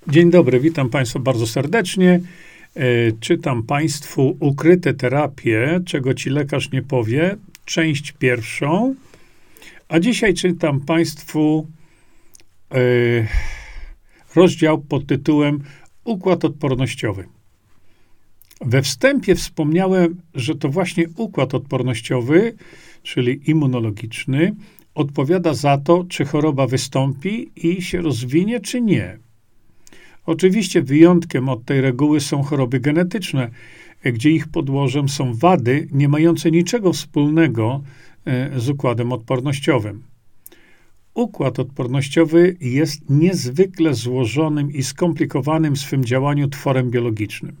Dzień dobry, witam Państwa bardzo serdecznie. Czytam Państwu Ukryte terapie, czego Ci lekarz nie powie, część pierwszą. A dzisiaj czytam Państwu rozdział pod tytułem Układ odpornościowy. We wstępie wspomniałem, że to właśnie układ odpornościowy, czyli immunologiczny, odpowiada za to, czy choroba wystąpi i się rozwinie, czy nie. Oczywiście wyjątkiem od tej reguły są choroby genetyczne, gdzie ich podłożem są wady nie mające niczego wspólnego z układem odpornościowym. Układ odpornościowy jest niezwykle złożonym i skomplikowanym w swym działaniu tworem biologicznym.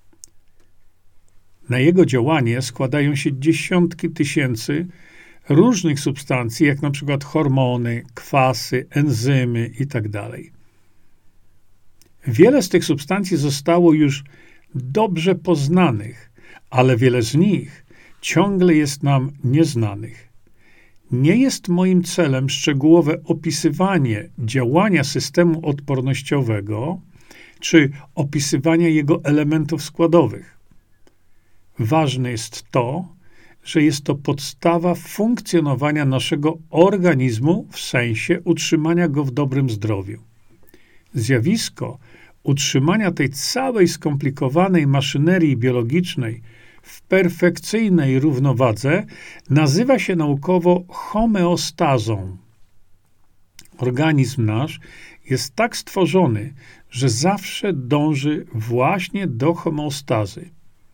Na jego działanie składają się dziesiątki tysięcy różnych substancji, jak na przykład hormony, kwasy, enzymy itd. Wiele z tych substancji zostało już dobrze poznanych, ale wiele z nich ciągle jest nam nieznanych. Nie jest moim celem szczegółowe opisywanie działania systemu odpornościowego czy opisywania jego elementów składowych. Ważne jest to, że jest to podstawa funkcjonowania naszego organizmu w sensie utrzymania go w dobrym zdrowiu. Zjawisko utrzymania tej całej skomplikowanej maszynerii biologicznej w perfekcyjnej równowadze nazywa się naukowo homeostazą. Organizm nasz jest tak stworzony, że zawsze dąży właśnie do homeostazy.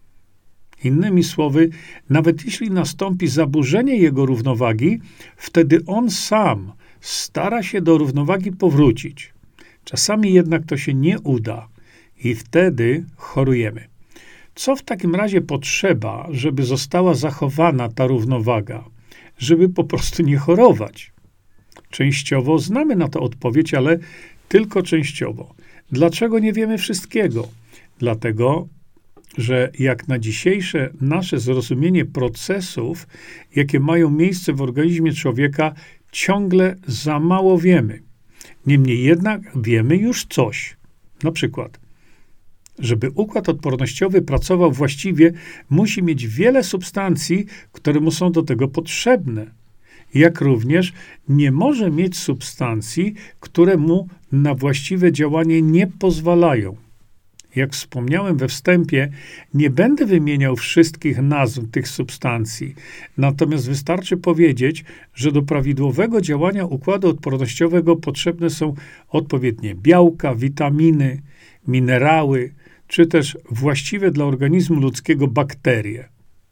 Innymi słowy, nawet jeśli nastąpi zaburzenie jego równowagi, wtedy on sam stara się do równowagi powrócić. Czasami jednak to się nie uda i wtedy chorujemy. Co w takim razie potrzeba, żeby została zachowana ta równowaga, żeby po prostu nie chorować? Częściowo znamy na to odpowiedź, ale tylko częściowo. Dlaczego nie wiemy wszystkiego? Dlatego, że jak na dzisiejsze nasze zrozumienie procesów, jakie mają miejsce w organizmie człowieka, ciągle za mało wiemy. Niemniej jednak wiemy już coś. Na przykład, żeby układ odpornościowy pracował właściwie, musi mieć wiele substancji, które mu są do tego potrzebne. Jak również nie może mieć substancji, które mu na właściwe działanie nie pozwalają. Jak wspomniałem we wstępie, nie będę wymieniał wszystkich nazw tych substancji, natomiast wystarczy powiedzieć, że do prawidłowego działania układu odpornościowego potrzebne są odpowiednie białka, witaminy, minerały, czy też właściwe dla organizmu ludzkiego bakterie.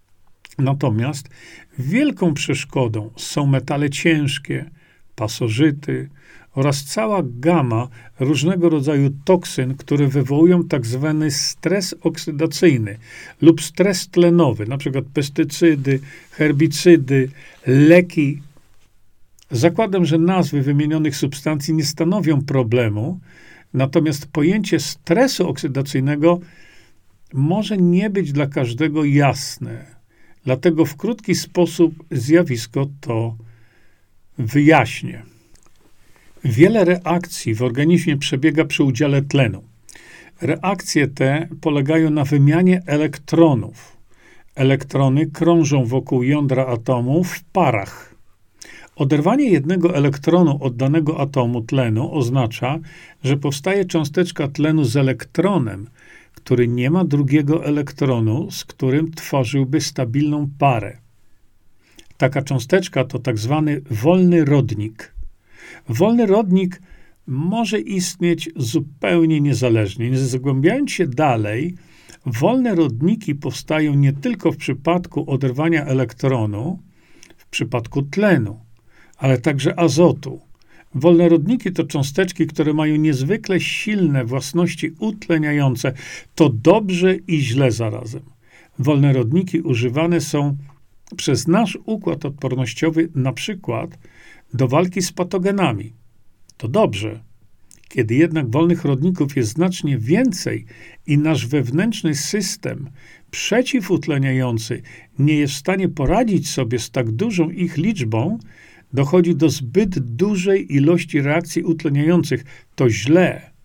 Natomiast wielką przeszkodą są metale ciężkie, pasożyty, oraz cała gama różnego rodzaju toksyn, które wywołują tak zwany stres oksydacyjny lub stres tlenowy, na przykład pestycydy, herbicydy, leki. Zakładam, że nazwy wymienionych substancji nie stanowią problemu, natomiast pojęcie stresu oksydacyjnego może nie być dla każdego jasne. Dlatego w krótki sposób zjawisko to wyjaśnię. Wiele reakcji w organizmie przebiega przy udziale tlenu. Reakcje te polegają na wymianie elektronów. Elektrony krążą wokół jądra atomu w parach. Oderwanie jednego elektronu od danego atomu tlenu oznacza, że powstaje cząsteczka tlenu z elektronem, który nie ma drugiego elektronu, z którym tworzyłby stabilną parę. Taka cząsteczka to tak zwany wolny rodnik. Wolny rodnik może istnieć zupełnie niezależnie. Nie zagłębiając się dalej, wolne rodniki powstają nie tylko w przypadku oderwania elektronu, w przypadku tlenu, ale także azotu. Wolne rodniki to cząsteczki, które mają niezwykle silne własności utleniające. To dobrze i źle zarazem. Wolne rodniki używane są przez nasz układ odpornościowy na przykład do walki z patogenami. To dobrze. Kiedy jednak wolnych rodników jest znacznie więcej i nasz wewnętrzny system przeciwutleniający nie jest w stanie poradzić sobie z tak dużą ich liczbą, dochodzi do zbyt dużej ilości reakcji utleniających. To źle.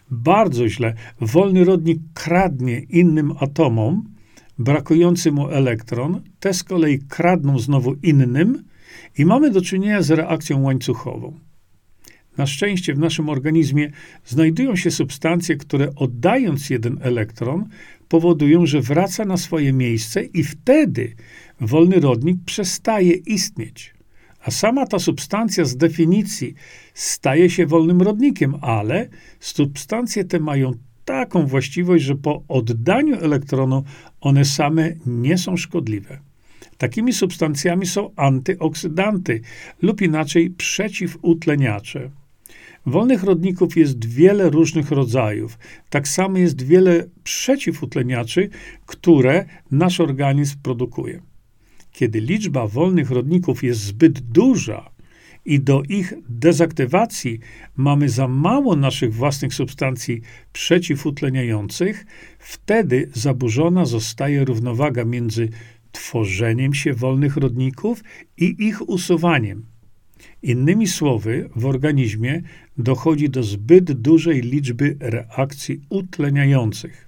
bardzo źle. Wolny rodnik kradnie innym atomom, brakujący mu elektron, te z kolei kradną znowu innym i mamy do czynienia z reakcją łańcuchową. Na szczęście w naszym organizmie znajdują się substancje, które oddając jeden elektron, powodują, że wraca na swoje miejsce i wtedy wolny rodnik przestaje istnieć. A sama ta substancja z definicji staje się wolnym rodnikiem, ale substancje te mają taką właściwość, że po oddaniu elektronu one same nie są szkodliwe. Takimi substancjami są antyoksydanty lub inaczej przeciwutleniacze. Wolnych rodników jest wiele różnych rodzajów. Tak samo jest wiele przeciwutleniaczy, które nasz organizm produkuje. Kiedy liczba wolnych rodników jest zbyt duża i do ich dezaktywacji mamy za mało naszych własnych substancji przeciwutleniających, wtedy zaburzona zostaje równowaga między tworzeniem się wolnych rodników i ich usuwaniem. Innymi słowy, w organizmie dochodzi do zbyt dużej liczby reakcji utleniających.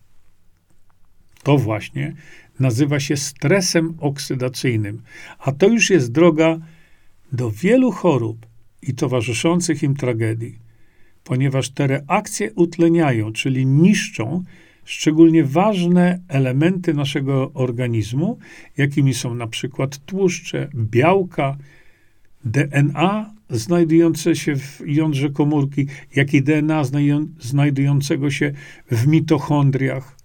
To właśnie nazywa się stresem oksydacyjnym, a to już jest droga do wielu chorób i towarzyszących im tragedii, ponieważ te reakcje utleniają, czyli niszczą szczególnie ważne elementy naszego organizmu, jakimi są na przykład tłuszcze, białka, DNA znajdujące się w jądrze komórki, jak i DNA znajdującego się w mitochondriach.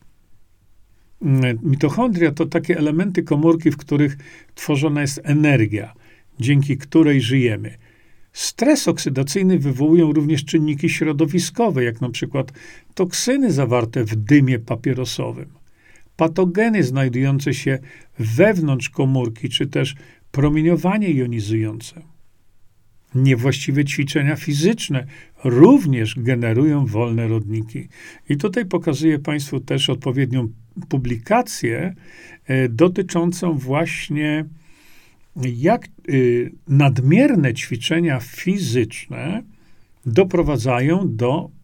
Mitochondria to takie elementy komórki, w których tworzona jest energia, dzięki której żyjemy. Stres oksydacyjny wywołują również czynniki środowiskowe, jak na przykład toksyny zawarte w dymie papierosowym, patogeny znajdujące się wewnątrz komórki, czy też promieniowanie jonizujące. Niewłaściwe ćwiczenia fizyczne również generują wolne rodniki. I tutaj pokazuję Państwu też odpowiednią publikację dotyczącą właśnie jak nadmierne ćwiczenia fizyczne doprowadzają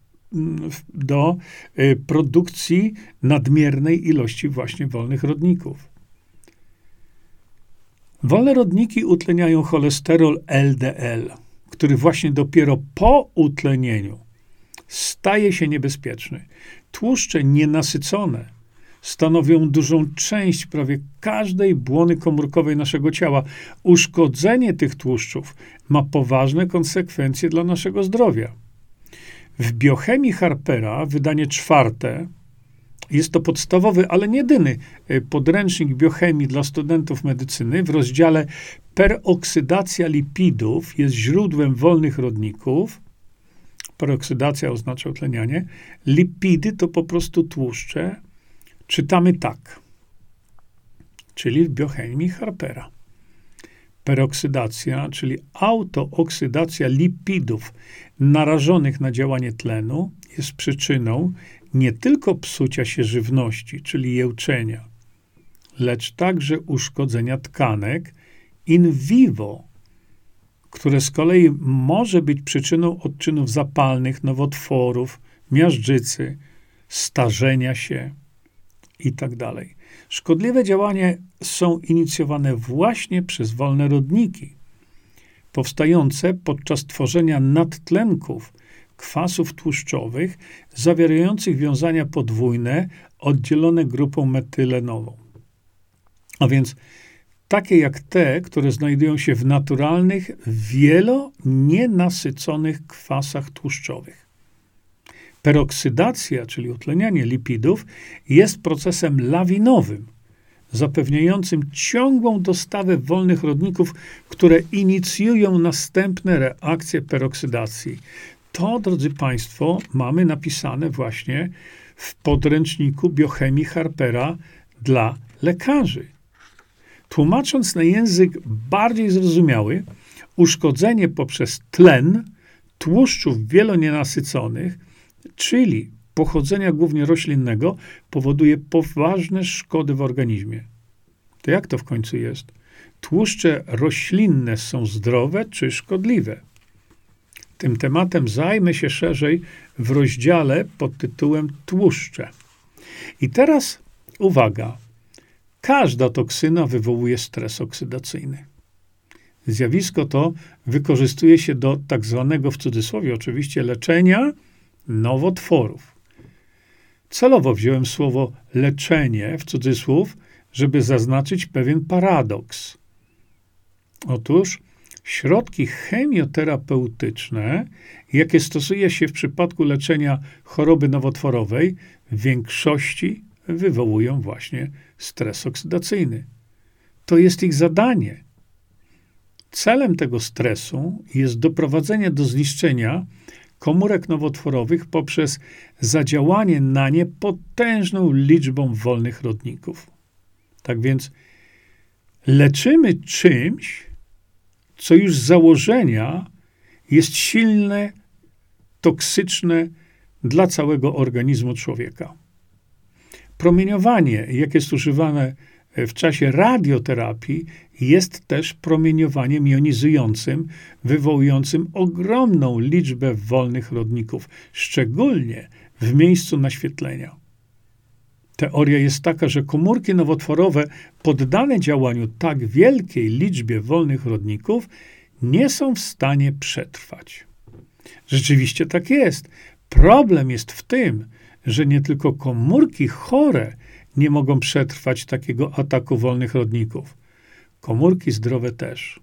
do produkcji nadmiernej ilości właśnie wolnych rodników. Wolne rodniki utleniają cholesterol LDL, który właśnie dopiero po utlenieniu staje się niebezpieczny. Tłuszcze nienasycone stanowią dużą część prawie każdej błony komórkowej naszego ciała. Uszkodzenie tych tłuszczów ma poważne konsekwencje dla naszego zdrowia. W biochemii Harpera, wydanie 4, jest to podstawowy, ale nie jedyny podręcznik biochemii dla studentów medycyny. W rozdziale Peroksydacja lipidów jest źródłem wolnych rodników. Peroksydacja oznacza utlenianie. Lipidy to po prostu tłuszcze. Czytamy tak, czyli w biochemii Harpera. Peroksydacja, czyli autooksydacja lipidów narażonych na działanie tlenu, jest przyczyną nie tylko psucia się żywności, czyli jełczenia, lecz także uszkodzenia tkanek in vivo, które z kolei może być przyczyną odczynów zapalnych, nowotworów, miażdżycy, starzenia się i tak dalej. Szkodliwe działania są inicjowane właśnie przez wolne rodniki, powstające podczas tworzenia nadtlenków kwasów tłuszczowych zawierających wiązania podwójne oddzielone grupą metylenową. A więc takie jak te, które znajdują się w naturalnych, wielonienasyconych kwasach tłuszczowych. Peroksydacja, czyli utlenianie lipidów, jest procesem lawinowym, zapewniającym ciągłą dostawę wolnych rodników, które inicjują następne reakcje peroksydacji. To, drodzy Państwo, mamy napisane właśnie w podręczniku biochemii Harpera dla lekarzy. Tłumacząc na język bardziej zrozumiały, uszkodzenie poprzez tlen tłuszczów wielonienasyconych, czyli pochodzenia głównie roślinnego, powoduje poważne szkody w organizmie. To jak to w końcu jest? Tłuszcze roślinne są zdrowe czy szkodliwe? Tym tematem zajmę się szerzej w rozdziale pod tytułem Tłuszcze. I teraz uwaga. Każda toksyna wywołuje stres oksydacyjny. Zjawisko to wykorzystuje się do tak zwanego, w cudzysłowie oczywiście, leczenia nowotworów. Celowo wziąłem słowo leczenie w cudzysłów, żeby zaznaczyć pewien paradoks. Otóż środki chemioterapeutyczne, jakie stosuje się w przypadku leczenia choroby nowotworowej, w większości wywołują właśnie stres oksydacyjny. To jest ich zadanie. Celem tego stresu jest doprowadzenie do zniszczenia komórek nowotworowych poprzez zadziałanie na nie potężną liczbą wolnych rodników. Tak więc leczymy czymś, co już z założenia jest silne, toksyczne dla całego organizmu człowieka. Promieniowanie, jakie jest używane w czasie radioterapii, jest też promieniowaniem jonizującym, wywołującym ogromną liczbę wolnych rodników, szczególnie w miejscu naświetlenia. Teoria jest taka, że komórki nowotworowe poddane działaniu tak wielkiej liczbie wolnych rodników nie są w stanie przetrwać. Rzeczywiście tak jest. Problem jest w tym, że nie tylko komórki chore nie mogą przetrwać takiego ataku wolnych rodników. Komórki zdrowe też.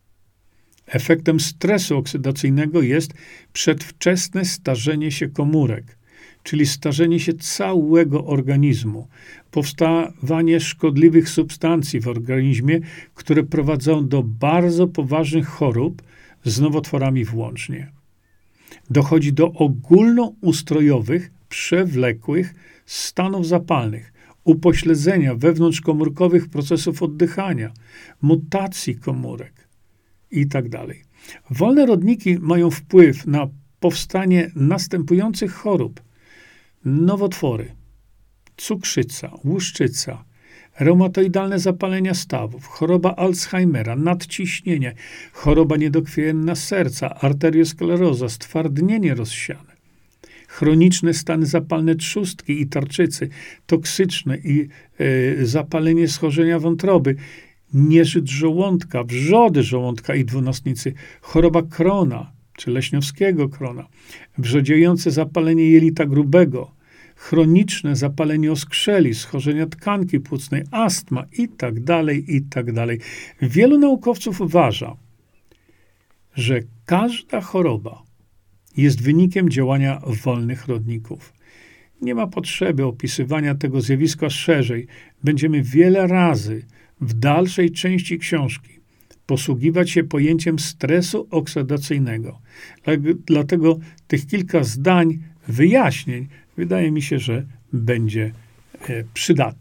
Efektem stresu oksydacyjnego jest przedwczesne starzenie się komórek, czyli starzenie się całego organizmu, powstawanie szkodliwych substancji w organizmie, które prowadzą do bardzo poważnych chorób, z nowotworami włącznie. Dochodzi do ogólnoustrojowych, przewlekłych stanów zapalnych, upośledzenia wewnątrzkomórkowych procesów oddychania, mutacji komórek itd. Wolne rodniki mają wpływ na powstanie następujących chorób: nowotwory, cukrzyca, łuszczyca, reumatoidalne zapalenia stawów, choroba Alzheimera, nadciśnienie, choroba niedokrwienna serca, arterioskleroza, stwardnienie rozsiane, chroniczne stany zapalne trzustki i tarczycy, toksyczne i zapalenie schorzenia wątroby, nieżyt żołądka, wrzody żołądka i dwunastnicy, choroba Crohna, czy leśniowskiego Crohna, wrzodziejące zapalenie jelita grubego, chroniczne zapalenie oskrzeli, schorzenia tkanki płucnej, astma itd., itd. Wielu naukowców uważa, że każda choroba jest wynikiem działania wolnych rodników. Nie ma potrzeby opisywania tego zjawiska szerzej. Będziemy wiele razy w dalszej części książki posługiwać się pojęciem stresu oksydacyjnego. Dlatego tych kilka zdań, wyjaśnień, wydaje mi się, że będzie przydatne.